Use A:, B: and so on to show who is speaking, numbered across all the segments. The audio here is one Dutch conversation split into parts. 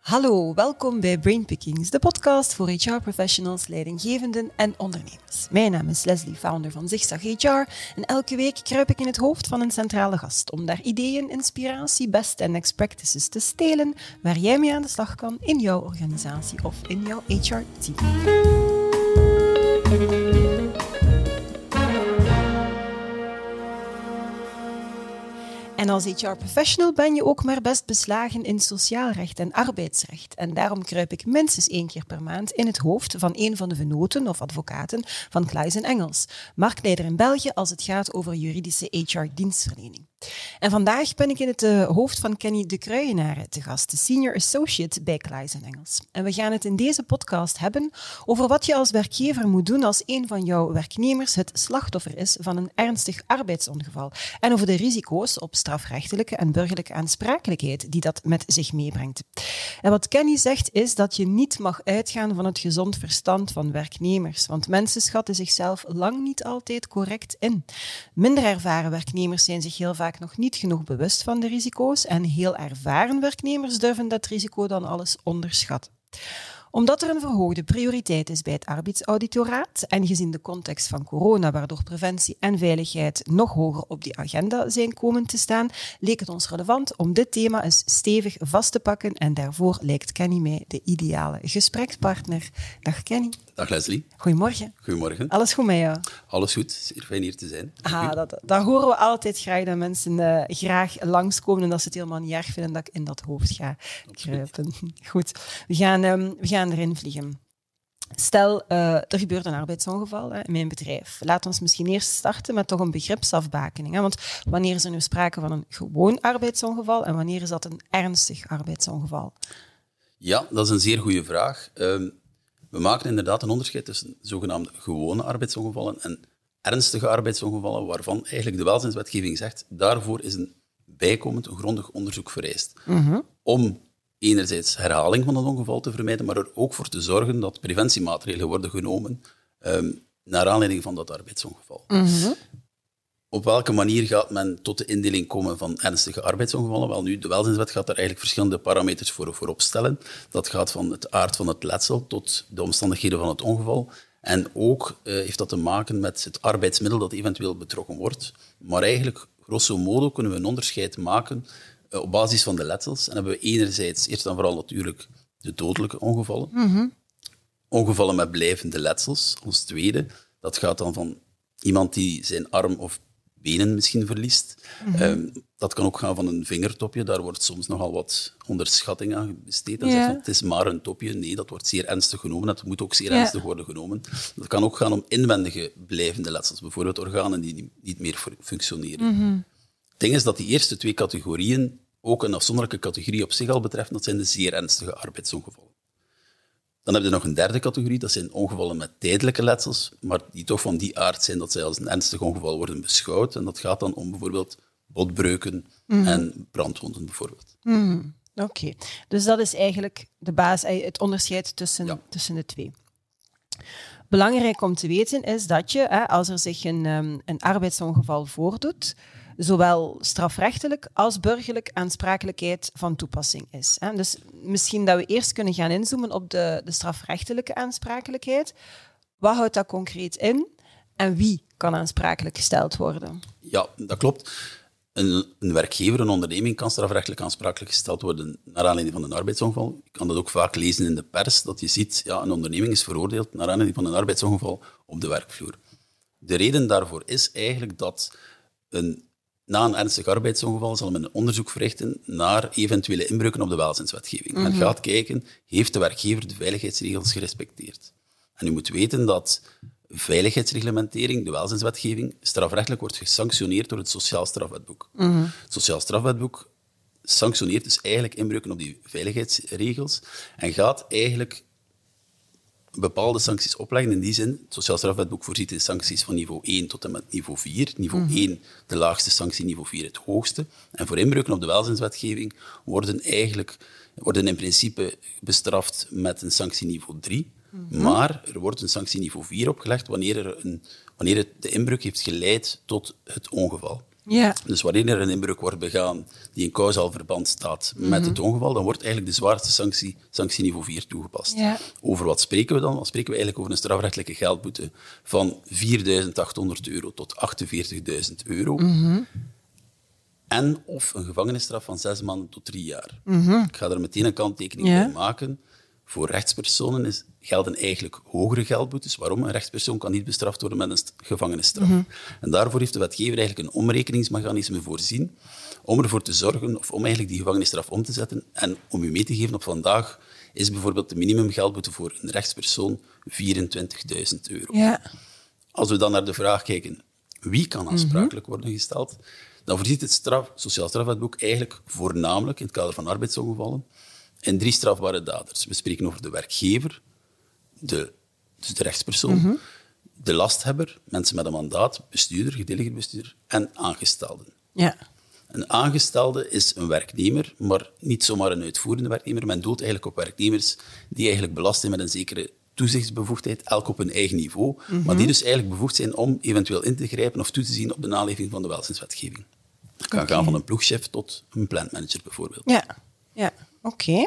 A: Hallo, welkom bij Brainpickings, de podcast voor HR-professionals, leidinggevenden en ondernemers. Mijn naam is Leslie, founder van Zigzag HR en elke week kruip ik in het hoofd van een centrale gast om daar ideeën, inspiratie, best en next practices te stelen waar jij mee aan de slag kan in jouw organisatie of in jouw HR-team. En als HR-professional ben je ook maar best beslagen in sociaal recht en arbeidsrecht. En daarom kruip ik minstens 1 keer per maand in het hoofd van een van de venoten of advocaten van Claes & Engels, marktleider in België als het gaat over juridische HR-dienstverlening. En vandaag ben ik in het hoofd van Kenny de Kruijenaren te gast, de Senior Associate bij Claes & Engels. En we gaan het in deze podcast hebben over wat je als werkgever moet doen als een van jouw werknemers het slachtoffer is van een ernstig arbeidsongeval. En over de risico's op strafrechtelijke en burgerlijke aansprakelijkheid die dat met zich meebrengt. En wat Kenny zegt is dat je niet mag uitgaan van het gezond verstand van werknemers, want mensen schatten zichzelf lang niet altijd correct in. Minder ervaren werknemers zijn zich heel vaak nog niet genoeg bewust van de risico's en heel ervaren werknemers durven dat risico dan alles onderschatten. Omdat er een verhoogde prioriteit is bij het arbeidsauditoraat en gezien de context van corona, waardoor preventie en veiligheid nog hoger op die agenda zijn komen te staan, leek het ons relevant om dit thema eens stevig vast te pakken en daarvoor lijkt Kenny mij de ideale gesprekspartner. Dag Kenny.
B: Dag Leslie.
A: Goedemorgen.
B: Goedemorgen.
A: Alles goed met jou?
B: Alles goed, zeer fijn hier te zijn.
A: Dat horen we altijd graag, dat mensen graag langskomen en dat ze het helemaal niet erg vinden dat ik in dat hoofd ga kruipen. Goed, we gaan erin vliegen. Stel, er gebeurt een arbeidsongeval in mijn bedrijf. Laat ons misschien eerst starten met toch een begripsafbakening. Want wanneer is er nu sprake van een gewoon arbeidsongeval en wanneer is dat een ernstig arbeidsongeval?
B: Ja, dat is een zeer goede vraag. We maken inderdaad een onderscheid tussen zogenaamde gewone arbeidsongevallen en ernstige arbeidsongevallen, waarvan eigenlijk de welzijnswetgeving zegt, daarvoor is een bijkomend, een grondig onderzoek vereist. Om enerzijds herhaling van het ongeval te vermijden, maar er ook voor te zorgen dat preventiemaatregelen worden genomen naar aanleiding van dat arbeidsongeval. Op welke manier gaat men tot de indeling komen van ernstige arbeidsongevallen? Wel nu, de welzijnswet gaat daar eigenlijk verschillende parameters voor opstellen. Dat gaat van het aard van het letsel tot de omstandigheden van het ongeval. En ook heeft dat te maken met het arbeidsmiddel dat eventueel betrokken wordt. Maar eigenlijk, grosso modo, kunnen we een onderscheid maken op basis van de letsels. En hebben we enerzijds, eerst en vooral natuurlijk, de dodelijke ongevallen. Ongevallen met blijvende letsels, als tweede. Dat gaat dan van iemand die zijn arm of benen misschien verliest. Dat kan ook gaan van een vingertopje. Daar wordt soms nogal wat onderschatting aan besteed. En zegt van, het is maar een topje. Nee, dat wordt zeer ernstig genomen. Dat moet ook zeer ernstig worden genomen. Dat kan ook gaan om inwendige blijvende letsels. Bijvoorbeeld organen die niet meer functioneren. Het ding is dat die eerste 2 categorieën ook een afzonderlijke categorie op zich al betreffen. Dat zijn de zeer ernstige arbeidsongevallen. Dan heb je nog een derde categorie, dat zijn ongevallen met tijdelijke letsels, maar die toch van die aard zijn dat zij als een ernstig ongeval worden beschouwd. En dat gaat dan om bijvoorbeeld botbreuken en brandwonden bijvoorbeeld.
A: Oké. Dus dat is eigenlijk de basis, het onderscheid tussen de twee. Belangrijk om te weten is dat je, als er zich een arbeidsongeval voordoet, zowel strafrechtelijk als burgerlijk aansprakelijkheid van toepassing is. Dus misschien dat we eerst kunnen gaan inzoomen op de strafrechtelijke aansprakelijkheid. Wat houdt dat concreet in en wie kan aansprakelijk gesteld worden?
B: Ja, dat klopt. Een werkgever, een onderneming kan strafrechtelijk aansprakelijk gesteld worden naar aanleiding van een arbeidsongeval. Je kan dat ook vaak lezen in de pers, dat je ziet, een onderneming is veroordeeld naar aanleiding van een arbeidsongeval op de werkvloer. De reden daarvoor is eigenlijk dat na een ernstig arbeidsongeval zal men een onderzoek verrichten naar eventuele inbreuken op de welzijnswetgeving. Men gaat kijken, heeft de werkgever de veiligheidsregels gerespecteerd? En u moet weten dat veiligheidsreglementering, de welzijnswetgeving, strafrechtelijk wordt gesanctioneerd door het Sociaal Strafwetboek. Het Sociaal Strafwetboek sanctioneert dus eigenlijk inbreuken op die veiligheidsregels en gaat eigenlijk bepaalde sancties opleggen. In die zin, het Sociaal Strafwetboek voorziet in sancties van niveau 1 tot en met niveau 4. Niveau 1 de laagste sanctie, niveau 4 het hoogste. En voor inbreuken op de welzijnswetgeving worden in principe bestraft met een sanctie niveau 3. Maar er wordt een sanctie niveau 4 opgelegd wanneer de inbreuk heeft geleid tot het ongeval.
A: Ja.
B: Dus wanneer er een inbreuk wordt begaan die in causaal verband staat met het ongeval, dan wordt eigenlijk de zwaarste sanctie, sanctieniveau 4, toegepast.
A: Ja.
B: Over wat spreken we dan? Dan spreken we eigenlijk over een strafrechtelijke geldboete van €4.800 tot €48.000. En of een gevangenisstraf van 6 maanden tot 3 jaar. Ik ga er meteen een kanttekening bij maken. Voor rechtspersonen gelden eigenlijk hogere geldboetes. Waarom? Een rechtspersoon kan niet bestraft worden met een gevangenisstraf. En daarvoor heeft de wetgever eigenlijk een omrekeningsmechanisme voorzien om ervoor te zorgen, of om eigenlijk die gevangenisstraf om te zetten. En om u mee te geven, op vandaag is bijvoorbeeld de minimumgeldboete voor een rechtspersoon €24.000.
A: Ja.
B: Als we dan naar de vraag kijken, wie kan aansprakelijk worden gesteld, dan voorziet het Sociaal Strafwetboek eigenlijk voornamelijk in het kader van arbeidsongevallen in 3 strafbare daders. We spreken over de werkgever, dus de rechtspersoon, de lasthebber, mensen met een mandaat, bestuurder, gedelegeerd bestuurder en aangestelden.
A: Ja.
B: Een aangestelde is een werknemer, maar niet zomaar een uitvoerende werknemer. Men doelt eigenlijk op werknemers die eigenlijk belast zijn met een zekere toezichtsbevoegdheid, elk op hun eigen niveau, maar die dus eigenlijk bevoegd zijn om eventueel in te grijpen of toe te zien op de naleving van de welzijnswetgeving. Dat kan gaan van een ploegchef tot een plantmanager bijvoorbeeld.
A: Ja. Oké.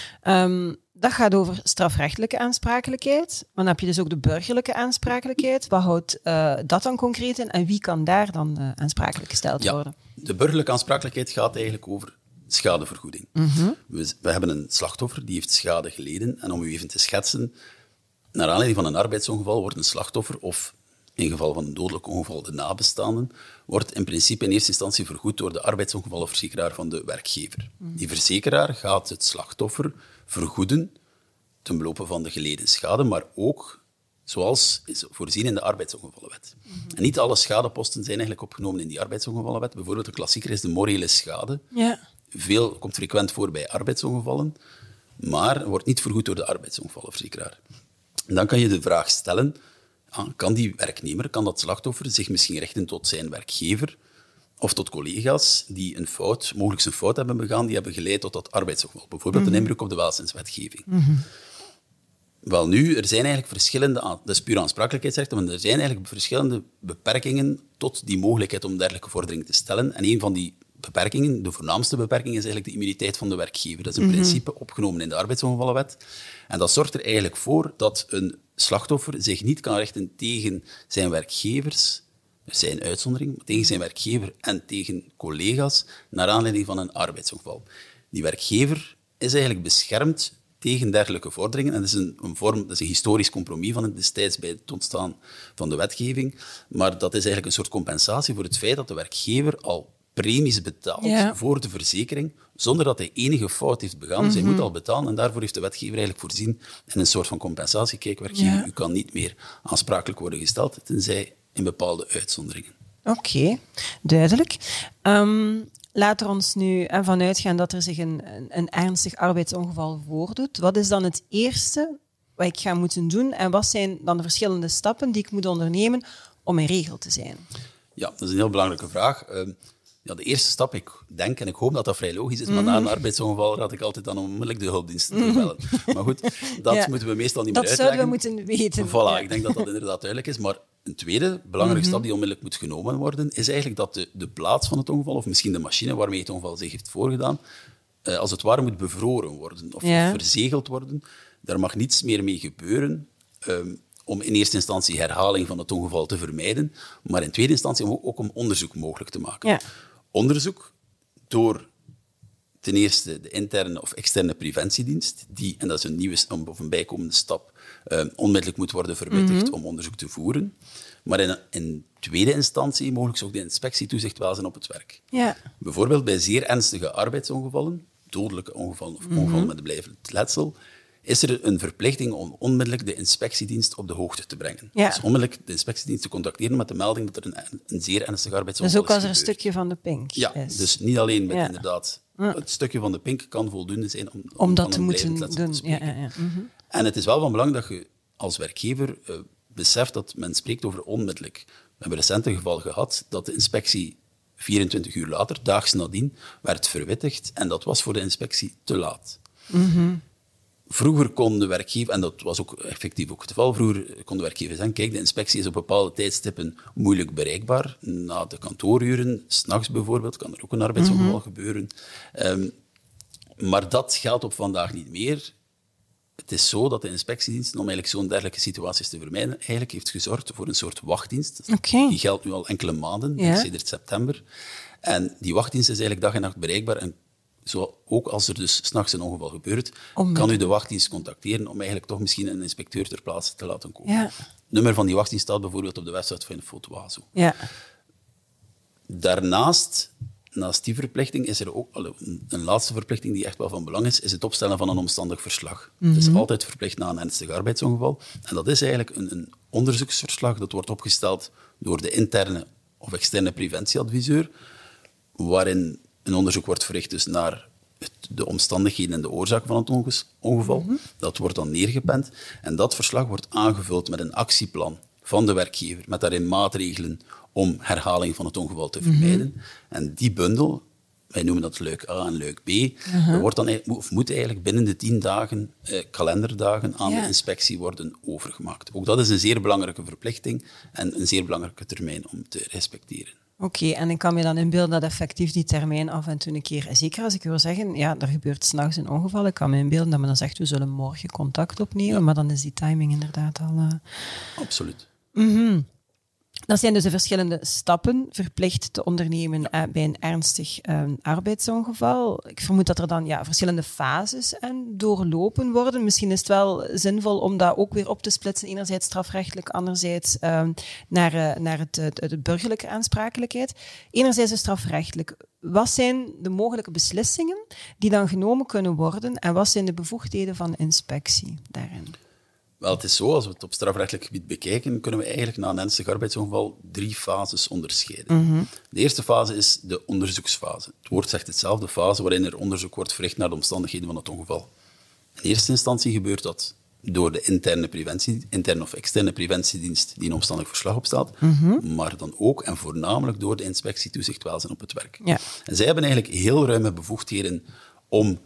A: Dat gaat over strafrechtelijke aansprakelijkheid. Maar dan heb je dus ook de burgerlijke aansprakelijkheid. Wat houdt dat dan concreet in en wie kan daar dan aansprakelijk gesteld worden?
B: De burgerlijke aansprakelijkheid gaat eigenlijk over schadevergoeding. We hebben een slachtoffer die heeft schade geleden. En om u even te schetsen, naar aanleiding van een arbeidsongeval wordt een slachtoffer, of in geval van een dodelijk ongeval de nabestaanden, wordt in principe in eerste instantie vergoed door de arbeidsongevallenverzekeraar van de werkgever. Die verzekeraar gaat het slachtoffer vergoeden ten belope van de geleden schade, maar ook zoals is voorzien in de arbeidsongevallenwet. En niet alle schadeposten zijn eigenlijk opgenomen in die arbeidsongevallenwet. Bijvoorbeeld de klassieker is de morele schade.
A: Ja.
B: Veel komt frequent voor bij arbeidsongevallen, maar wordt niet vergoed door de arbeidsongevallenverzekeraar. En dan kan je de vraag stellen, kan die werknemer, kan dat slachtoffer zich misschien richten tot zijn werkgever of tot collega's die mogelijk een fout hebben begaan, die hebben geleid tot dat arbeidsongeval. Bijvoorbeeld een inbreuk op de welzijnswetgeving. Wel nu, er zijn eigenlijk verschillende, dat is puur aansprakelijkheidsrecht, maar er zijn eigenlijk verschillende beperkingen tot die mogelijkheid om dergelijke vorderingen te stellen. En een van die beperkingen, de voornaamste beperking, is eigenlijk de immuniteit van de werkgever. Dat is een principe opgenomen in de arbeidsongevallenwet. En dat zorgt er eigenlijk voor dat een slachtoffer zich niet kan richten tegen zijn werkgevers, er zijn uitzonderingen, tegen zijn werkgever en tegen collega's, naar aanleiding van een arbeidsongeval. Die werkgever is eigenlijk beschermd tegen dergelijke vorderingen. En dat is een historisch compromis van het destijds bij het ontstaan van de wetgeving. Maar dat is eigenlijk een soort compensatie voor het feit dat de werkgever al premies betaalt voor de verzekering, zonder dat hij enige fout heeft begaan. Dus hij moet al betalen en daarvoor heeft de wetgever eigenlijk voorzien in een soort van compensatie. Kijk, werkgever, u kan niet meer aansprakelijk worden gesteld, tenzij in bepaalde uitzonderingen.
A: Oké, duidelijk. Laat er ons nu vanuit gaan dat er zich een ernstig arbeidsongeval voordoet. Wat is dan het eerste wat ik ga moeten doen en wat zijn dan de verschillende stappen die ik moet ondernemen om in regel te zijn?
B: Ja, dat is een heel belangrijke vraag. De eerste stap, ik denk en ik hoop dat dat vrij logisch is, maar na een arbeidsongeval raad ik altijd dan onmiddellijk de hulpdiensten te bellen. Maar goed, dat moeten we meestal niet meer uitleggen.
A: Dat zouden we moeten weten.
B: Voilà, ik denk dat dat inderdaad duidelijk is. Maar een tweede belangrijke stap die onmiddellijk moet genomen worden, is eigenlijk dat de plaats van het ongeval, of misschien de machine waarmee het ongeval zich heeft voorgedaan, als het ware moet bevroren worden of verzegeld worden. Daar mag niets meer mee gebeuren om in eerste instantie herhaling van het ongeval te vermijden, maar in tweede instantie ook om onderzoek mogelijk te maken. Ja. Onderzoek door ten eerste de interne of externe preventiedienst, die, en dat is een nieuwe of een bijkomende stap, onmiddellijk moet worden verwittigd om onderzoek te voeren. Maar in tweede instantie mogelijk ook de inspectietoezicht welzijn op het werk. Ja. Bijvoorbeeld bij zeer ernstige arbeidsongevallen, dodelijke ongevallen of ongevallen met blijvend letsel, is er een verplichting om onmiddellijk de inspectiedienst op de hoogte te brengen. Ja. Dus onmiddellijk de inspectiedienst te contacteren met de melding dat er een zeer ernstig arbeidsongeval is.
A: Dus ook als er een stukje van de pink is.
B: Ja, dus niet alleen met inderdaad... Het stukje van de pink kan voldoende zijn om
A: dat te moeten doen.
B: En het is wel van belang dat je als werkgever beseft dat men spreekt over onmiddellijk. We hebben recent een geval gehad dat de inspectie 24 uur later, daags nadien, werd verwittigd en dat was voor de inspectie te laat. Vroeger kon de werkgever, en dat was ook effectief ook het geval, vroeger kon de werkgever zeggen, kijk, de inspectie is op bepaalde tijdstippen moeilijk bereikbaar. Na de kantooruren, 's nachts bijvoorbeeld, kan er ook een arbeidsongeval gebeuren. Maar dat geldt op vandaag niet meer. Het is zo dat de inspectiedienst, om eigenlijk zo'n dergelijke situaties te vermijden, eigenlijk heeft gezorgd voor een soort wachtdienst.
A: Okay.
B: Die geldt nu al enkele maanden, sedert september. En die wachtdienst is eigenlijk dag en nacht bereikbaar. En zo, ook als er dus 's nachts een ongeval gebeurt, kan u de wachtdienst contacteren om eigenlijk toch misschien een inspecteur ter plaatse te laten komen.
A: Ja.
B: Het nummer van die wachtdienst staat bijvoorbeeld op de website van Fotoazo.
A: Ja.
B: Daarnaast, naast die verplichting, is er ook een laatste verplichting die echt wel van belang is het opstellen van een omstandig verslag. Het is altijd verplicht na een ernstig arbeidsongeval. En dat is eigenlijk een onderzoeksverslag dat wordt opgesteld door de interne of externe preventieadviseur, waarin een onderzoek wordt verricht dus naar de omstandigheden en de oorzaak van het ongeval. Dat wordt dan neergepend. En dat verslag wordt aangevuld met een actieplan van de werkgever, met daarin maatregelen om herhaling van het ongeval te vermijden. En die bundel, wij noemen dat luik A en luik B, wordt dan, of moet eigenlijk binnen de 10 dagen, kalenderdagen, aan de inspectie worden overgemaakt. Ook dat is een zeer belangrijke verplichting en een zeer belangrijke termijn om te respecteren.
A: Oké, en ik kan me dan inbeelden dat effectief die termijn af en toe een keer... Zeker als ik wil zeggen, ja, er gebeurt 's nachts een ongeval. Ik kan me inbeelden dat men dan zegt, we zullen morgen contact opnemen. Maar dan is die timing inderdaad al...
B: Absoluut.
A: Dat zijn dus de verschillende stappen verplicht te ondernemen bij een ernstig arbeidsongeval. Ik vermoed dat er dan verschillende fases doorlopen worden. Misschien is het wel zinvol om dat ook weer op te splitsen. Enerzijds strafrechtelijk, anderzijds naar het burgerlijke aansprakelijkheid. Enerzijds dus strafrechtelijk. Wat zijn de mogelijke beslissingen die dan genomen kunnen worden en wat zijn de bevoegdheden van de inspectie daarin?
B: Wel, het is zo, als we het op strafrechtelijk gebied bekijken, kunnen we eigenlijk na een ernstig arbeidsongeval 3 fases onderscheiden. De eerste fase is de onderzoeksfase. Het woord zegt hetzelfde, fase waarin er onderzoek wordt verricht naar de omstandigheden van het ongeval. In eerste instantie gebeurt dat door de interne of externe preventiedienst die een omstandig verslag opstelt, maar dan ook en voornamelijk door de inspectie toezicht welzijn op het werk. Ja. En zij hebben eigenlijk heel ruime bevoegdheden om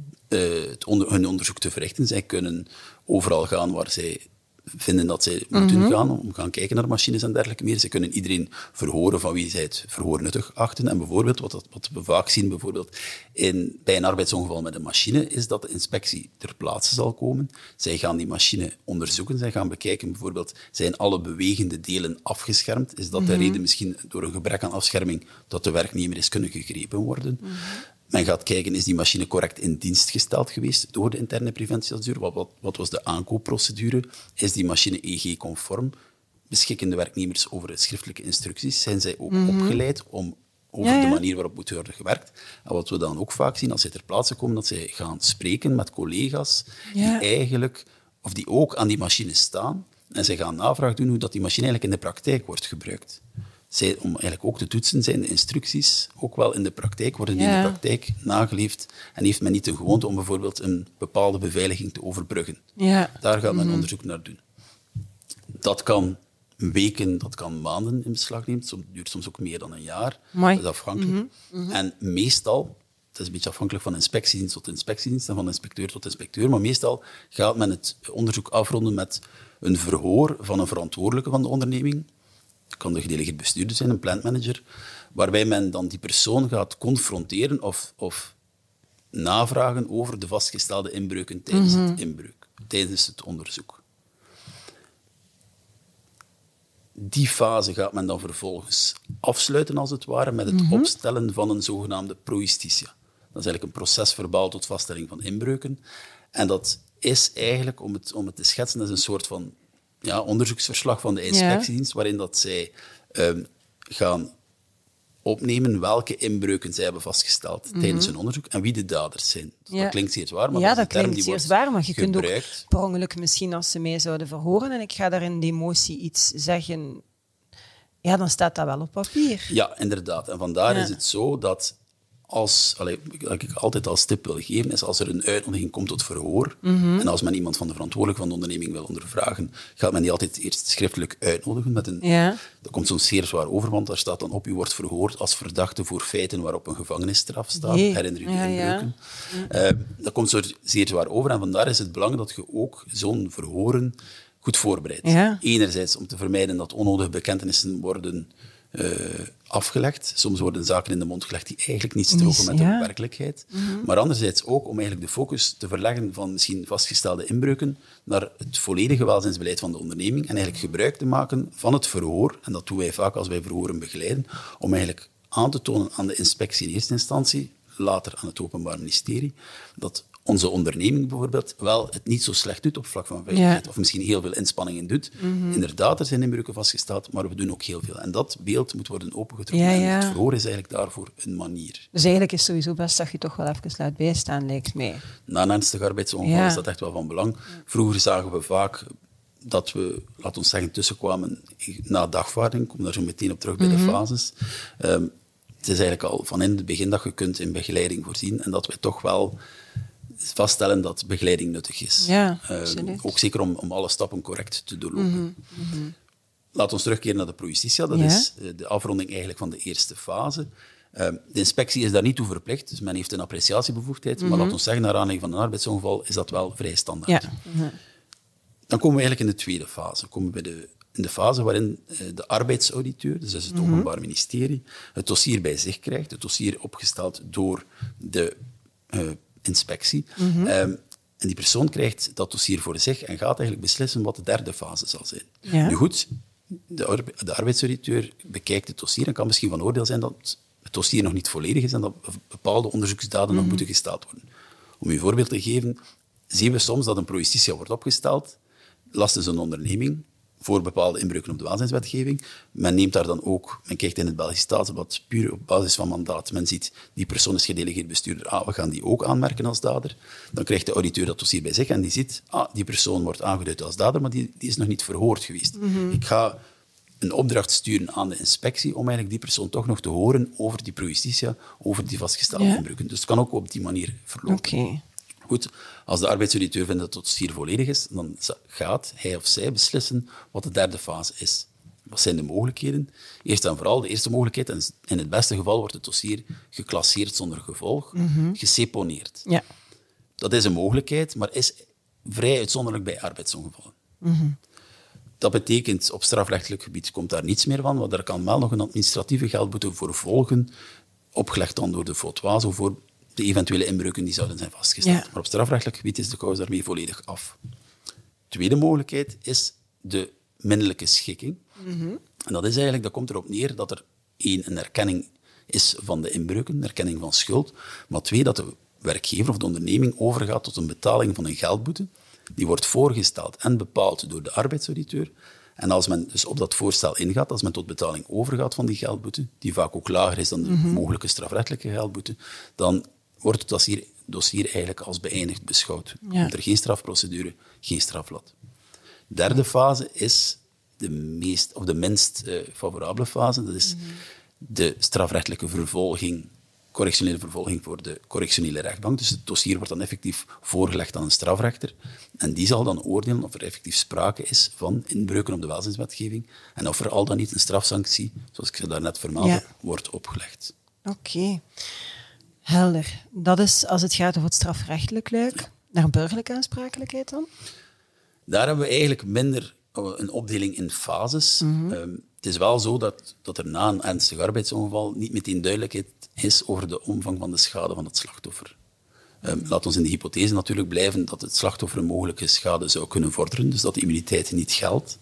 B: hun onderzoek te verrichten. Zij kunnen overal gaan waar zij vinden dat zij moeten gaan, om gaan kijken naar machines en dergelijke meer. Ze kunnen iedereen verhoren van wie zij het verhoor nuttig achten. En bijvoorbeeld, wat we vaak zien bij een arbeidsongeval met een machine, is dat de inspectie ter plaatse zal komen. Zij gaan die machine onderzoeken. Zij gaan bekijken, bijvoorbeeld, zijn alle bewegende delen afgeschermd? Is dat de reden misschien door een gebrek aan afscherming dat de werknemer is kunnen gegrepen worden? Men gaat kijken, is die machine correct in dienst gesteld geweest door de interne preventieadviseur? Wat was de aankoopprocedure? Is die machine EG-conform? Beschikken de werknemers over schriftelijke instructies? Zijn zij ook opgeleid over de manier waarop moet worden gewerkt? En wat we dan ook vaak zien, als zij ter plaatse komen, dat zij gaan spreken met collega's die ook aan die machine staan. En zij gaan navraag doen hoe dat die machine eigenlijk in de praktijk wordt gebruikt. Om eigenlijk ook te toetsen, zijn de instructies ook wel in de praktijk, worden die in de praktijk nageleefd en heeft men niet de gewoonte om bijvoorbeeld een bepaalde beveiliging te overbruggen. Ja. Daar gaat men onderzoek naar doen. Dat kan weken, dat kan maanden in beslag nemen, het duurt soms ook meer dan een jaar. Dat is afhankelijk. En meestal, het is een beetje afhankelijk van inspectiedienst tot inspectiedienst en van inspecteur tot inspecteur, maar meestal gaat men het onderzoek afronden met een verhoor van een verantwoordelijke van de onderneming. Het kan de gedelegeerd bestuurder zijn, een plantmanager, waarbij men dan die persoon gaat confronteren of navragen over de vastgestelde inbreuken tijdens het onderzoek. Die fase gaat men dan vervolgens afsluiten, als het ware, met het opstellen van een zogenaamde proistitia. Dat is eigenlijk een procesverbaal tot vaststelling van inbreuken. En dat is eigenlijk, om het te schetsen, dat is een soort van onderzoeksverslag van de inspectiedienst, waarin dat zij gaan opnemen welke inbreuken zij hebben vastgesteld tijdens hun onderzoek en wie de daders zijn. Dat klinkt zeer zwaar, maar dat klinkt zeer zwaar,
A: maar je kunt ook per ongeluk misschien, als ze mij zouden verhoren en ik ga daar in de emotie iets zeggen, dan staat dat wel op papier.
B: Ja, inderdaad. En vandaar is het zo dat wat ik altijd als tip wil geven, is als er een uitnodiging komt tot verhoor, en als men iemand van de verantwoordelijke van de onderneming wil ondervragen, gaat men die altijd eerst schriftelijk uitnodigen. Dat komt soms zeer zwaar over, want daar staat dan op, u wordt verhoord als verdachte voor feiten waarop een gevangenisstraf staat. Herinner u de inbreuken? Dat komt zo zeer zwaar over, en vandaar is het belang dat je ook zo'n verhoren goed voorbereidt.
A: Ja.
B: Enerzijds om te vermijden dat onnodige bekentenissen worden afgelegd. Soms worden zaken in de mond gelegd die eigenlijk niet stroken met de werkelijkheid. Maar anderzijds ook om eigenlijk de focus te verleggen van misschien vastgestelde inbreuken naar het volledige welzijnsbeleid van de onderneming en eigenlijk gebruik te maken van het verhoor, en dat doen wij vaak als wij verhoren begeleiden, om eigenlijk aan te tonen aan de inspectie in eerste instantie, later aan het Openbaar Ministerie, dat onze onderneming bijvoorbeeld wel het niet zo slecht doet op vlak van veiligheid, of misschien heel veel inspanningen doet. Inderdaad, er zijn inbreuken vastgesteld, maar we doen ook heel veel. En dat beeld moet worden opengetrokken. En het verhoor is eigenlijk daarvoor een manier.
A: Dus eigenlijk is het sowieso best dat je toch wel even laat bijstaan, lijkt mij.
B: Na een ernstig arbeidsongeval is dat echt wel van belang. Vroeger zagen we vaak dat we, laten we zeggen, tussenkwamen na dagvaarding. Ik kom daar zo meteen op terug bij de fases. Het is eigenlijk al van in het begin dat je kunt in begeleiding voorzien en dat wij toch wel vaststellen dat begeleiding nuttig is.
A: Ja,
B: ook zeker om alle stappen correct te doorlopen. Laten we terugkeren naar de pro-justitia. Dat is de afronding eigenlijk van de eerste fase. De inspectie is daar niet toe verplicht, dus men heeft een appreciatiebevoegdheid. Maar laten we zeggen, naar aanleiding van een arbeidsongeval is dat wel vrij standaard. Dan komen we eigenlijk in de tweede fase. Dan komen we in de fase waarin de arbeidsauditeur, dus dat is het Openbaar Ministerie, het dossier bij zich krijgt, het dossier opgesteld door de inspectie. En die persoon krijgt dat dossier voor zich en gaat eigenlijk beslissen wat de derde fase zal zijn. Nu goed, de arbeidsauditeur bekijkt het dossier en kan misschien van oordeel zijn dat het dossier nog niet volledig is en dat bepaalde onderzoeksdaden nog moeten gesteld worden. Om u een voorbeeld te geven, zien we soms dat een pro-justitia wordt opgesteld, lastens een onderneming, voor bepaalde inbreuken op de welzijnswetgeving. Men neemt daar dan ook, men kijkt in het Belgisch Staatsblad puur op basis van mandaat. Men ziet, die persoon is gedelegeerd bestuurder. We gaan die ook aanmerken als dader. Dan krijgt de auditeur dat dossier bij zich en die ziet, die persoon wordt aangeduid als dader, maar die is nog niet verhoord geweest. Ik ga een opdracht sturen aan de inspectie om eigenlijk die persoon toch nog te horen over die pro-justitia, over die vastgestelde inbreuken. Dus het kan ook op die manier verlopen. Goed, als de arbeidsauditeur vindt dat het dossier volledig is, dan gaat hij of zij beslissen wat de derde fase is. Wat zijn de mogelijkheden? Eerst en vooral, de eerste mogelijkheid, en in het beste geval wordt het dossier geclasseerd zonder gevolg, geseponeerd. Ja. Dat is een mogelijkheid, maar is vrij uitzonderlijk bij arbeidsongevallen. Dat betekent, op strafrechtelijk gebied komt daar niets meer van, want er kan wel nog een administratieve geldboete voor volgen, opgelegd dan door de FOTWA's, voor de eventuele inbreuken die zouden zijn vastgesteld. Maar op strafrechtelijk gebied is de kous daarmee volledig af. Tweede mogelijkheid is de minderlijke schikking. En dat is eigenlijk, dat komt erop neer dat er een erkenning is van de inbreuken, een erkenning van schuld, maar twee, dat de werkgever of de onderneming overgaat tot een betaling van een geldboete. Die wordt voorgesteld en bepaald door de arbeidsauditeur. En als men dus op dat voorstel ingaat, als men tot betaling overgaat van die geldboete, die vaak ook lager is dan de mogelijke strafrechtelijke geldboete, dan wordt het dossier eigenlijk als beëindigd beschouwd. Komt er geen strafprocedure, geen strafblad. Derde fase is de minst favorabele fase. Dat is de strafrechtelijke vervolging, correctionele vervolging voor de correctionele rechtbank. Dus het dossier wordt dan effectief voorgelegd aan een strafrechter. En die zal dan oordelen of er effectief sprake is van inbreuken op de welzijnswetgeving en of er al dan niet een strafsanctie, zoals ik ze daarnet vermeldde, wordt opgelegd.
A: Oké. Helder. Dat is als het gaat over het strafrechtelijk luik. Naar burgerlijke aansprakelijkheid dan?
B: Daar hebben we eigenlijk minder een opdeling in fases. Het is wel zo dat er na een ernstig arbeidsongeval niet meteen duidelijkheid is over de omvang van de schade van het slachtoffer. Laat ons in de hypothese natuurlijk blijven dat het slachtoffer een mogelijke schade zou kunnen vorderen, dus dat de immuniteit niet geldt.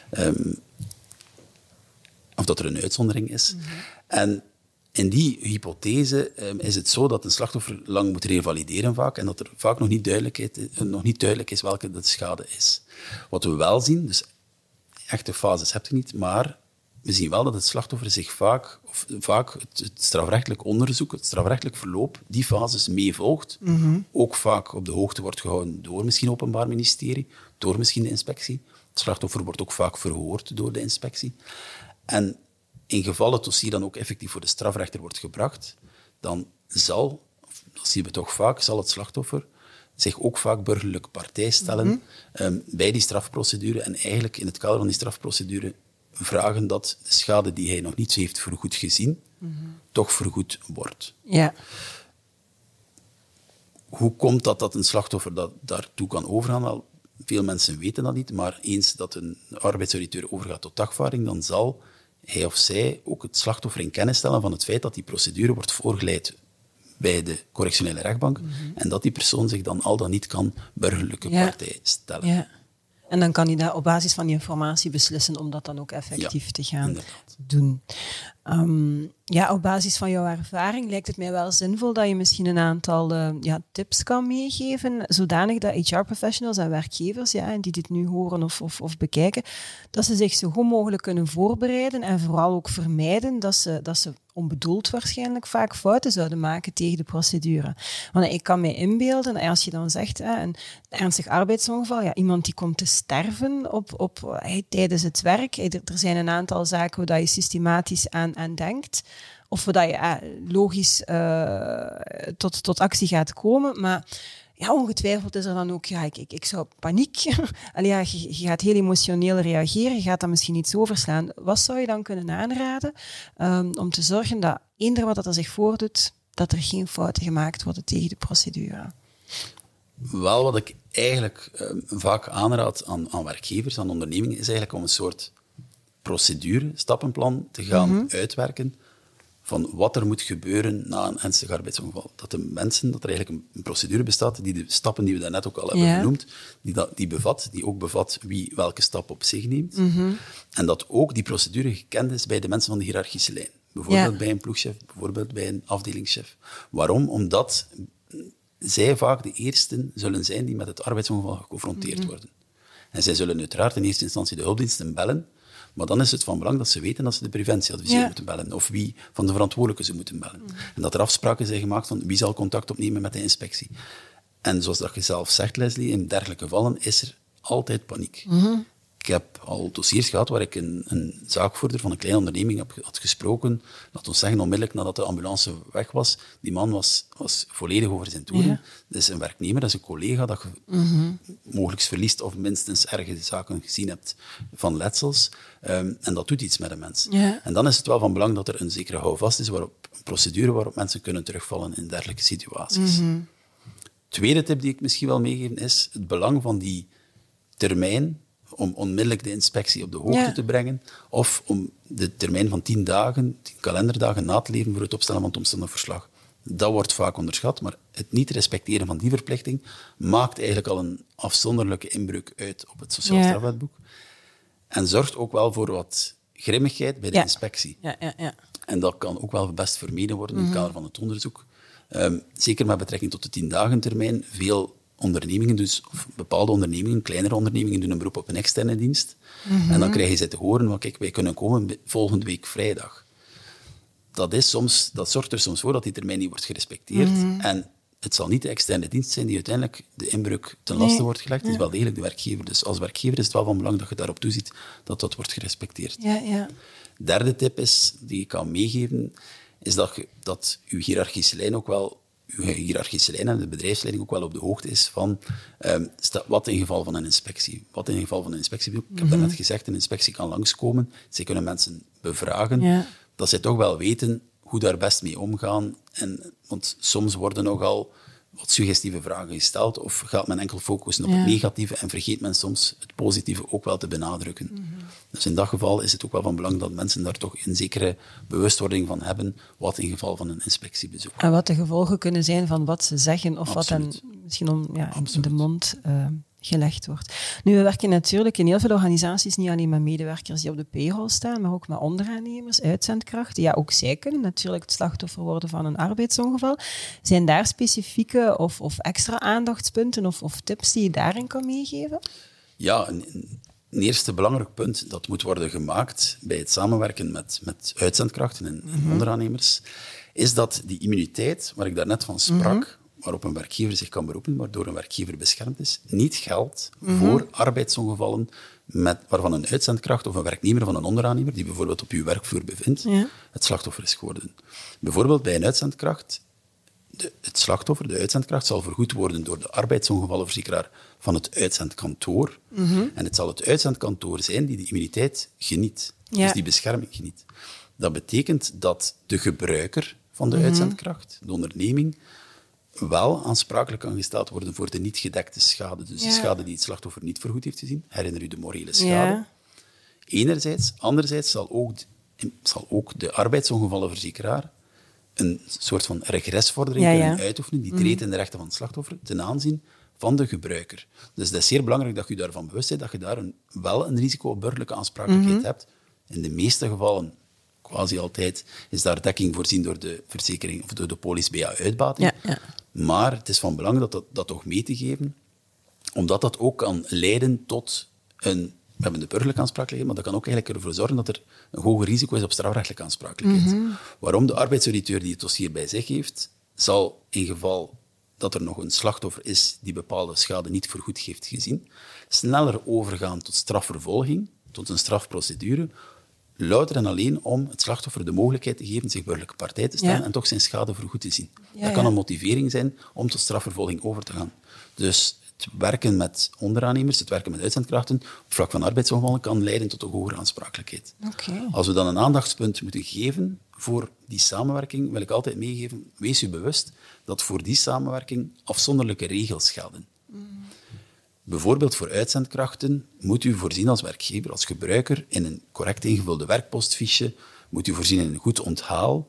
B: Of dat er een uitzondering is. En in die hypothese is het zo dat een slachtoffer lang moet revalideren vaak en dat er vaak nog niet duidelijk is welke de schade is. Wat we wel zien, dus echte fases heb je niet, maar we zien wel dat het slachtoffer zich vaak het strafrechtelijk onderzoek, het strafrechtelijk verloop, die fases meevolgt. Ook vaak op de hoogte wordt gehouden door misschien het Openbaar Ministerie, door misschien de inspectie. Het slachtoffer wordt ook vaak verhoord door de inspectie. En in geval het dossier dan ook effectief voor de strafrechter wordt gebracht, dan zal, dat zien we toch vaak, zal het slachtoffer zich ook vaak burgerlijke partij stellen bij die strafprocedure en eigenlijk in het kader van die strafprocedure vragen dat de schade die hij nog niet heeft vergoed gezien, toch vergoed wordt.
A: Ja.
B: Hoe komt dat een slachtoffer daartoe kan overgaan? Wel, veel mensen weten dat niet, maar eens dat een arbeidsauditeur overgaat tot dagvaarding, dan zal hij of zij ook het slachtoffer in kennis stellen van het feit dat die procedure wordt voorgeleid bij de correctionele rechtbank en dat die persoon zich dan al dan niet kan burgerlijke partij stellen.
A: Ja. En dan kan hij daar op basis van die informatie beslissen om dat dan ook effectief te gaan doen. Op basis van jouw ervaring lijkt het mij wel zinvol dat je misschien een aantal tips kan meegeven, zodanig dat HR-professionals en werkgevers die dit nu horen of bekijken, dat ze zich zo goed mogelijk kunnen voorbereiden en vooral ook vermijden dat ze onbedoeld waarschijnlijk vaak fouten zouden maken tegen de procedure. Want ik kan mij inbeelden, als je dan zegt, een ernstig arbeidsongeval, iemand die komt te sterven tijdens het werk, er zijn een aantal zaken waar je systematisch aan denkt, of waar je logisch tot actie gaat komen, maar ongetwijfeld is er dan ook, ik zou paniek, je gaat heel emotioneel reageren, je gaat dan misschien iets overslaan. Wat zou je dan kunnen aanraden om te zorgen dat eender wat er zich voordoet, dat er geen fouten gemaakt worden tegen de procedure?
B: Wel, wat ik eigenlijk vaak aanraad aan werkgevers, aan ondernemingen, is eigenlijk om een soort procedure, stappenplan te gaan uitwerken van wat er moet gebeuren na een ernstig arbeidsongeval. Dat er eigenlijk een procedure bestaat, die de stappen die we daarnet ook al hebben genoemd, die ook bevat wie welke stap op zich neemt. En dat ook die procedure gekend is bij de mensen van de hiërarchische lijn. Bijvoorbeeld bij een ploegchef, bijvoorbeeld bij een afdelingschef. Waarom? Omdat zij vaak de eersten zullen zijn die met het arbeidsongeval geconfronteerd worden. En zij zullen uiteraard in eerste instantie de hulpdiensten bellen, maar dan is het van belang dat ze weten dat ze de preventieadviseur moeten bellen, of wie van de verantwoordelijken ze moeten bellen. En dat er afspraken zijn gemaakt van wie zal contact opnemen met de inspectie. En zoals dat je zelf zegt, Leslie, in dergelijke gevallen is er altijd paniek. Ik heb al dossiers gehad waar ik een zaakvoerder van een kleine onderneming had gesproken, laat ons zeggen, onmiddellijk nadat de ambulance weg was. Die man was volledig over zijn toeren. Dat is een werknemer, dat is een collega dat je mogelijk verliest of minstens erge zaken gezien hebt van letsels. En dat doet iets met een mens. En dan is het wel van belang dat er een zekere houvast is, een procedure waarop mensen kunnen terugvallen in dergelijke situaties. Tweede tip die ik misschien wil meegeven is het belang van die termijn om onmiddellijk de inspectie op de hoogte te brengen, of om de termijn van 10 kalenderdagen na te leven voor het opstellen van het omstandig verslag. Dat wordt vaak onderschat, maar het niet respecteren van die verplichting maakt eigenlijk al een afzonderlijke inbreuk uit op het Sociaal Strafwetboek. En zorgt ook wel voor wat grimmigheid bij de inspectie. En dat kan ook wel best vermeden worden in het kader van het onderzoek. Zeker met betrekking tot de 10 termijn. Veel ondernemingen, of bepaalde ondernemingen, kleinere ondernemingen, doen een beroep op een externe dienst. En dan krijgen ze te horen, kijk, wij kunnen komen volgende week vrijdag. Dat zorgt er soms voor dat die termijn niet wordt gerespecteerd. En het zal niet de externe dienst zijn die uiteindelijk de inbreuk ten laste wordt gelegd. Het is wel degelijk de werkgever. Dus als werkgever is het wel van belang dat je daarop toeziet dat dat wordt gerespecteerd. Derde tip die ik kan meegeven, is dat uw hiërarchische lijn ook wel uw hiërarchische lijn en de bedrijfsleiding ook wel op de hoogte is van wat in geval van een inspectie. Ik heb daarnet gezegd, een inspectie kan langskomen. Zij kunnen mensen bevragen. Dat zij toch wel weten hoe daar best mee omgaan. Want soms worden nogal wat suggestieve vragen gesteld of gaat men enkel focussen op het negatieve en vergeet men soms het positieve ook wel te benadrukken. Dus in dat geval is het ook wel van belang dat mensen daar toch een zekere bewustwording van hebben wat in geval van een inspectiebezoek.
A: En wat de gevolgen kunnen zijn van wat ze zeggen of wat dan misschien in de mond gelegd wordt. Nu, we werken natuurlijk in heel veel organisaties niet alleen met medewerkers die op de payroll staan, maar ook met onderaannemers, uitzendkrachten. Ja, ook zij kunnen natuurlijk het slachtoffer worden van een arbeidsongeval. Zijn daar specifieke of extra aandachtspunten of tips die je daarin kan meegeven?
B: Ja, een eerste belangrijk punt dat moet worden gemaakt bij het samenwerken met uitzendkrachten en onderaannemers, is dat die immuniteit, waar ik daarnet van sprak, waarop een werkgever zich kan beroepen, waardoor een werkgever beschermd is, niet geldt voor arbeidsongevallen waarvan een uitzendkracht of een werknemer van een onderaannemer, die bijvoorbeeld op uw werkvloer bevindt, het slachtoffer is geworden. Bijvoorbeeld bij een uitzendkracht, het slachtoffer, de uitzendkracht, zal vergoed worden door de arbeidsongevallenverzekeraar van het uitzendkantoor. En het zal het uitzendkantoor zijn die de immuniteit geniet, dus die bescherming geniet. Dat betekent dat de gebruiker van de uitzendkracht, de onderneming, wel aansprakelijk kan gesteld worden voor de niet gedekte schade. Dus de schade die het slachtoffer niet vergoed heeft gezien. Herinner u de morele schade. Enerzijds. Anderzijds zal ook de arbeidsongevallenverzekeraar een soort van regresvordering kunnen uitoefenen, die treedt in de rechten van het slachtoffer ten aanzien van de gebruiker. Dus het is zeer belangrijk dat je daarvan bewust bent, dat je daar wel een risico op burgerlijke aansprakelijkheid hebt. In de meeste gevallen, quasi altijd, is daar dekking voorzien door de verzekering of door de polis BA-uitbating. Maar het is van belang dat toch mee te geven, omdat dat ook kan leiden tot we hebben de burgerlijke aansprakelijkheid, maar dat kan ook eigenlijk ervoor zorgen dat er een hoger risico is op strafrechtelijke aansprakelijkheid. Waarom? De arbeidsauditeur die het dossier bij zich heeft, zal in geval dat er nog een slachtoffer is die bepaalde schade niet vergoed heeft gezien, sneller overgaan tot strafvervolging, tot een strafprocedure, louter en alleen om het slachtoffer de mogelijkheid te geven zich burgerlijke partij te stellen en toch zijn schade vergoed te zien. Dat kan een motivering zijn om tot strafvervolging over te gaan. Dus het werken met onderaannemers, het werken met uitzendkrachten op vlak van arbeidsongevallen kan leiden tot een hogere aansprakelijkheid. Als we dan een aandachtspunt moeten geven voor die samenwerking, wil ik altijd meegeven, wees u bewust dat voor die samenwerking afzonderlijke regels gelden. Bijvoorbeeld voor uitzendkrachten moet u voorzien als werkgever, als gebruiker, in een correct ingevulde werkpostfiche, moet u voorzien in een goed onthaal.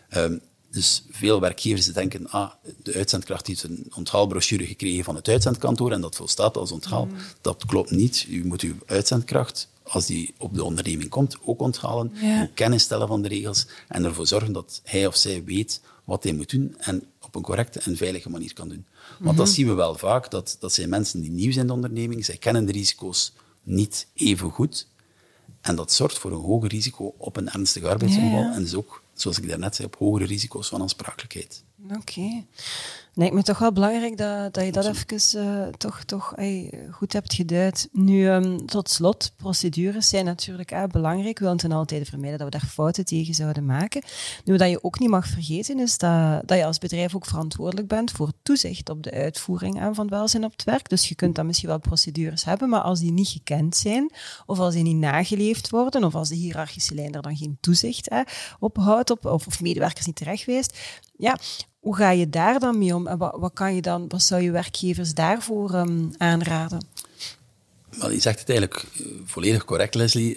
B: Dus veel werkgevers denken, de uitzendkracht heeft een onthaalbrochure gekregen van het uitzendkantoor en dat volstaat als onthaal. Dat klopt niet. U moet uw uitzendkracht, als die op de onderneming komt, ook onthalen, kennis stellen van de regels en ervoor zorgen dat hij of zij weet wat hij moet doen en op een correcte en veilige manier kan doen. Want dat zien we wel vaak, dat zijn mensen die nieuw zijn in de onderneming, zij kennen de risico's niet even goed en dat zorgt voor een hoger risico op een ernstig arbeidsongeval en dus ook, zoals ik daarnet zei, op hogere risico's van aansprakelijkheid.
A: Oké. Lijkt me toch wel belangrijk dat je dat even toch goed hebt geduid. Nu, tot slot, procedures zijn natuurlijk belangrijk. We willen ten alle tijde vermijden dat we daar fouten tegen zouden maken. Nu, wat je ook niet mag vergeten is dat je als bedrijf ook verantwoordelijk bent voor toezicht op de uitvoering van welzijn op het werk. Dus je kunt dan misschien wel procedures hebben, maar als die niet gekend zijn, of als die niet nageleefd worden, of als de hiërarchische lijn er dan geen toezicht op houdt, of medewerkers niet terechtwijst, hoe ga je daar dan mee om? En wat zou je werkgevers daarvoor aanraden?
B: Wel, je zegt het eigenlijk volledig correct, Leslie.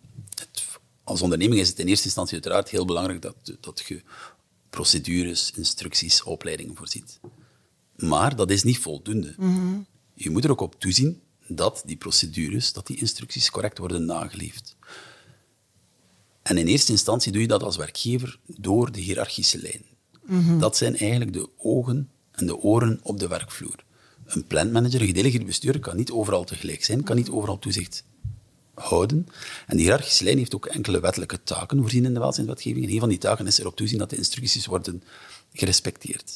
B: Als onderneming is het in eerste instantie uiteraard heel belangrijk dat je procedures, instructies, opleidingen voorziet. Maar dat is niet voldoende. Je moet er ook op toezien dat die procedures, dat die instructies correct worden nageleefd. En in eerste instantie doe je dat als werkgever door de hiërarchische lijn. Dat zijn eigenlijk de ogen en de oren op de werkvloer. Een plantmanager, een gedelegeerd bestuurder, kan niet overal tegelijk zijn, kan niet overal toezicht houden. En die hiërarchische lijn heeft ook enkele wettelijke taken voorzien in de welzijnswetgeving. En een van die taken is erop toezien dat de instructies worden gerespecteerd.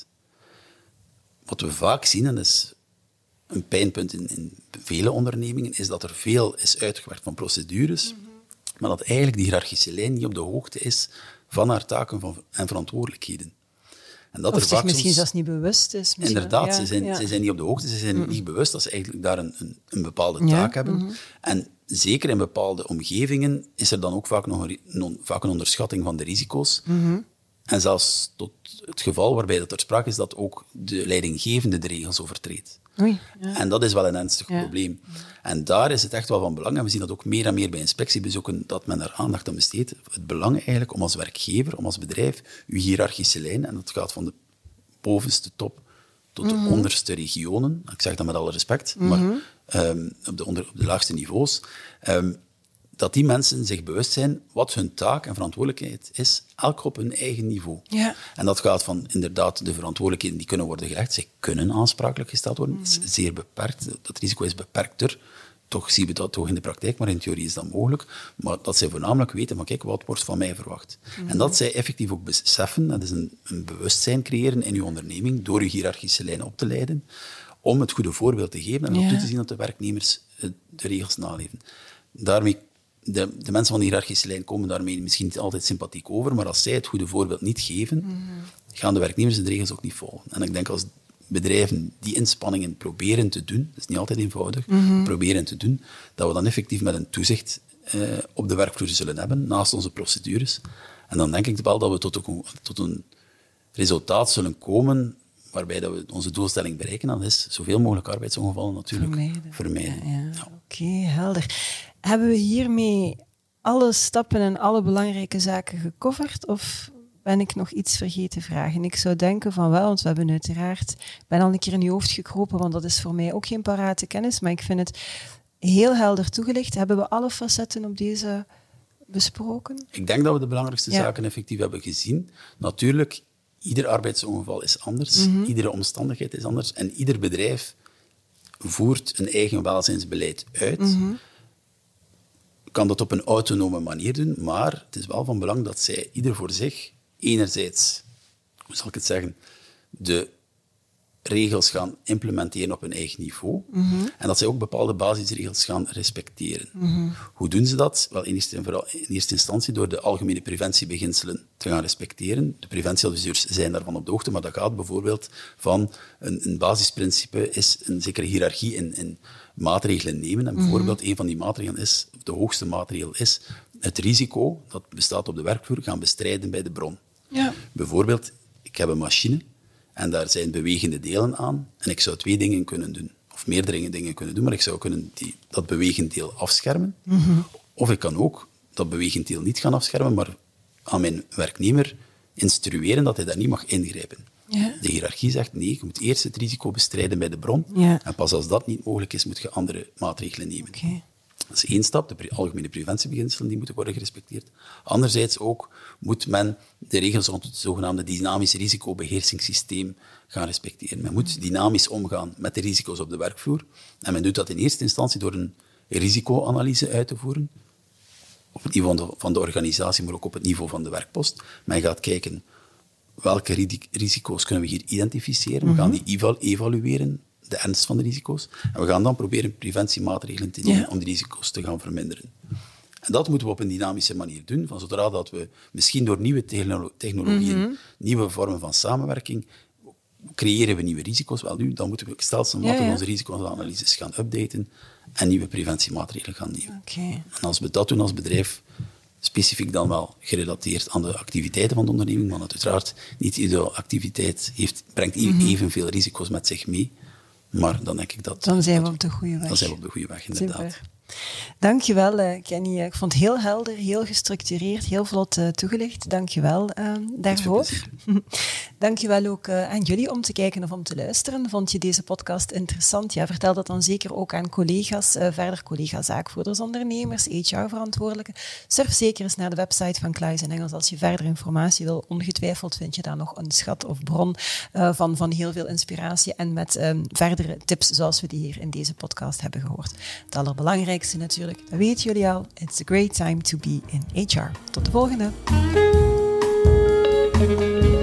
B: Wat we vaak zien, en dat is een pijnpunt in vele ondernemingen, is dat er veel is uitgewerkt van procedures, maar dat eigenlijk die hiërarchische lijn niet op de hoogte is van haar taken en verantwoordelijkheden. En dat
A: of
B: er
A: zich
B: vaak
A: misschien zelfs niet bewust is.
B: Inderdaad, ze zijn niet op de hoogte, ze zijn niet bewust dat ze eigenlijk daar een bepaalde taak hebben. En zeker in bepaalde omgevingen is er dan ook vaak een onderschatting van de risico's. En zelfs tot het geval waarbij dat er sprake is dat ook de leidinggevende de regels overtreedt. En dat is wel een ernstig probleem. En daar is het echt wel van belang, en we zien dat ook meer en meer bij inspectiebezoeken, dat men daar aandacht aan besteedt. Het belang eigenlijk om als werkgever, om als bedrijf, uw hiërarchische lijn, en dat gaat van de bovenste top tot de onderste regionen, ik zeg dat met alle respect, maar op de laagste niveaus, dat die mensen zich bewust zijn wat hun taak en verantwoordelijkheid is, elk op hun eigen niveau. En dat gaat van inderdaad de verantwoordelijkheden die kunnen worden gelegd. Zij kunnen aansprakelijk gesteld worden. Het is zeer beperkt. Dat risico is beperkter toch zien we dat toch in de praktijk, maar in theorie is dat mogelijk. Maar dat zij voornamelijk weten van, kijk, wat wordt van mij verwacht? En dat zij effectief ook beseffen, dat is een bewustzijn creëren in uw onderneming, door uw hiërarchische lijn op te leiden, om het goede voorbeeld te geven en op toe te zien dat de werknemers de regels naleven. Daarmee, de mensen van de hiërarchische lijn komen daarmee misschien niet altijd sympathiek over, maar als zij het goede voorbeeld niet geven, gaan de werknemers de regels ook niet volgen. En ik denk als bedrijven die inspanningen proberen te doen, dat is niet altijd eenvoudig, proberen te doen, dat we dan effectief met een toezicht op de werkvloer zullen hebben, naast onze procedures. En dan denk ik wel dat we tot een resultaat zullen komen waarbij dat we onze doelstelling bereiken, dat is zoveel mogelijk arbeidsongevallen natuurlijk vermijden.
A: Ja. Oké, helder. Hebben we hiermee alle stappen en alle belangrijke zaken gecoverd, of ben ik nog iets vergeten vragen? Ik zou denken van wel, want we hebben uiteraard, ik ben al een keer in je hoofd gekropen, want dat is voor mij ook geen parate kennis, maar ik vind het heel helder toegelicht. Hebben we alle facetten op deze besproken?
B: Ik denk dat we de belangrijkste zaken effectief hebben gezien. Natuurlijk, ieder arbeidsongeval is anders, iedere omstandigheid is anders en ieder bedrijf voert een eigen welzijnsbeleid uit. Kan dat op een autonome manier doen, maar het is wel van belang dat zij ieder voor zich enerzijds, hoe zal ik het zeggen, de regels gaan implementeren op hun eigen niveau en dat zij ook bepaalde basisregels gaan respecteren. Hoe doen ze dat? Wel, in eerste instantie door de algemene preventiebeginselen te gaan respecteren. De preventieadviseurs zijn daarvan op de hoogte, maar dat gaat bijvoorbeeld van een basisprincipe is een zekere hiërarchie in maatregelen nemen. En bijvoorbeeld een van die maatregelen is, de hoogste maatregel is, het risico dat bestaat op de werkvloer gaan bestrijden bij de bron. Ja. Bijvoorbeeld, ik heb een machine en daar zijn bewegende delen aan en ik zou 2 dingen kunnen doen. Of meerdere dingen kunnen doen, maar ik zou kunnen dat bewegend deel afschermen. Of ik kan ook dat bewegend deel niet gaan afschermen, maar aan mijn werknemer instrueren dat hij daar niet mag ingrijpen. Ja. De hiërarchie zegt nee, je moet eerst het risico bestrijden bij de bron. Ja. En pas als dat niet mogelijk is, moet je andere maatregelen nemen. Okay. Dat is 1 stap, de algemene preventiebeginselen die moeten worden gerespecteerd. Anderzijds ook moet men de regels rond het zogenaamde dynamisch risicobeheersingssysteem gaan respecteren. Men moet dynamisch omgaan met de risico's op de werkvloer. En men doet dat in eerste instantie door een risicoanalyse uit te voeren, op het niveau van de organisatie, maar ook op het niveau van de werkpost. Men gaat kijken welke risico's kunnen we hier identificeren. We gaan die evalueren, de ernst van de risico's. En we gaan dan proberen preventiemaatregelen te nemen om die risico's te gaan verminderen. En dat moeten we op een dynamische manier doen, van zodra dat we misschien door nieuwe technologieën, nieuwe vormen van samenwerking, creëren we nieuwe risico's. Wel nu, dan moeten we stelselmatig onze risicoanalyses gaan updaten en nieuwe preventiemaatregelen gaan nemen. Okay. En als we dat doen als bedrijf, specifiek dan wel gerelateerd aan de activiteiten van de onderneming, want uiteraard niet iedere activiteit brengt evenveel risico's met zich mee. Maar dan denk ik dat...
A: Dan zijn we op de goede weg.
B: Dan zijn we op de goede weg, inderdaad.
A: Super. Dankjewel, Kenny. Ik vond het heel helder, heel gestructureerd, heel vlot toegelicht. Dankjewel daarvoor. Dankjewel ook aan jullie om te kijken of om te luisteren. Vond je deze podcast interessant? Ja, vertel dat dan zeker ook aan collega's, verder collega's zaakvoerders, ondernemers, HR-verantwoordelijken. Surf zeker eens naar de website van Claes & Engels als je verder informatie wil. Ongetwijfeld vind je daar nog een schat of bron van heel veel inspiratie en met verdere tips zoals we die hier in deze podcast hebben gehoord. Het allerbelangrijkste natuurlijk, dat weten jullie al. It's a great time to be in HR. Tot de volgende.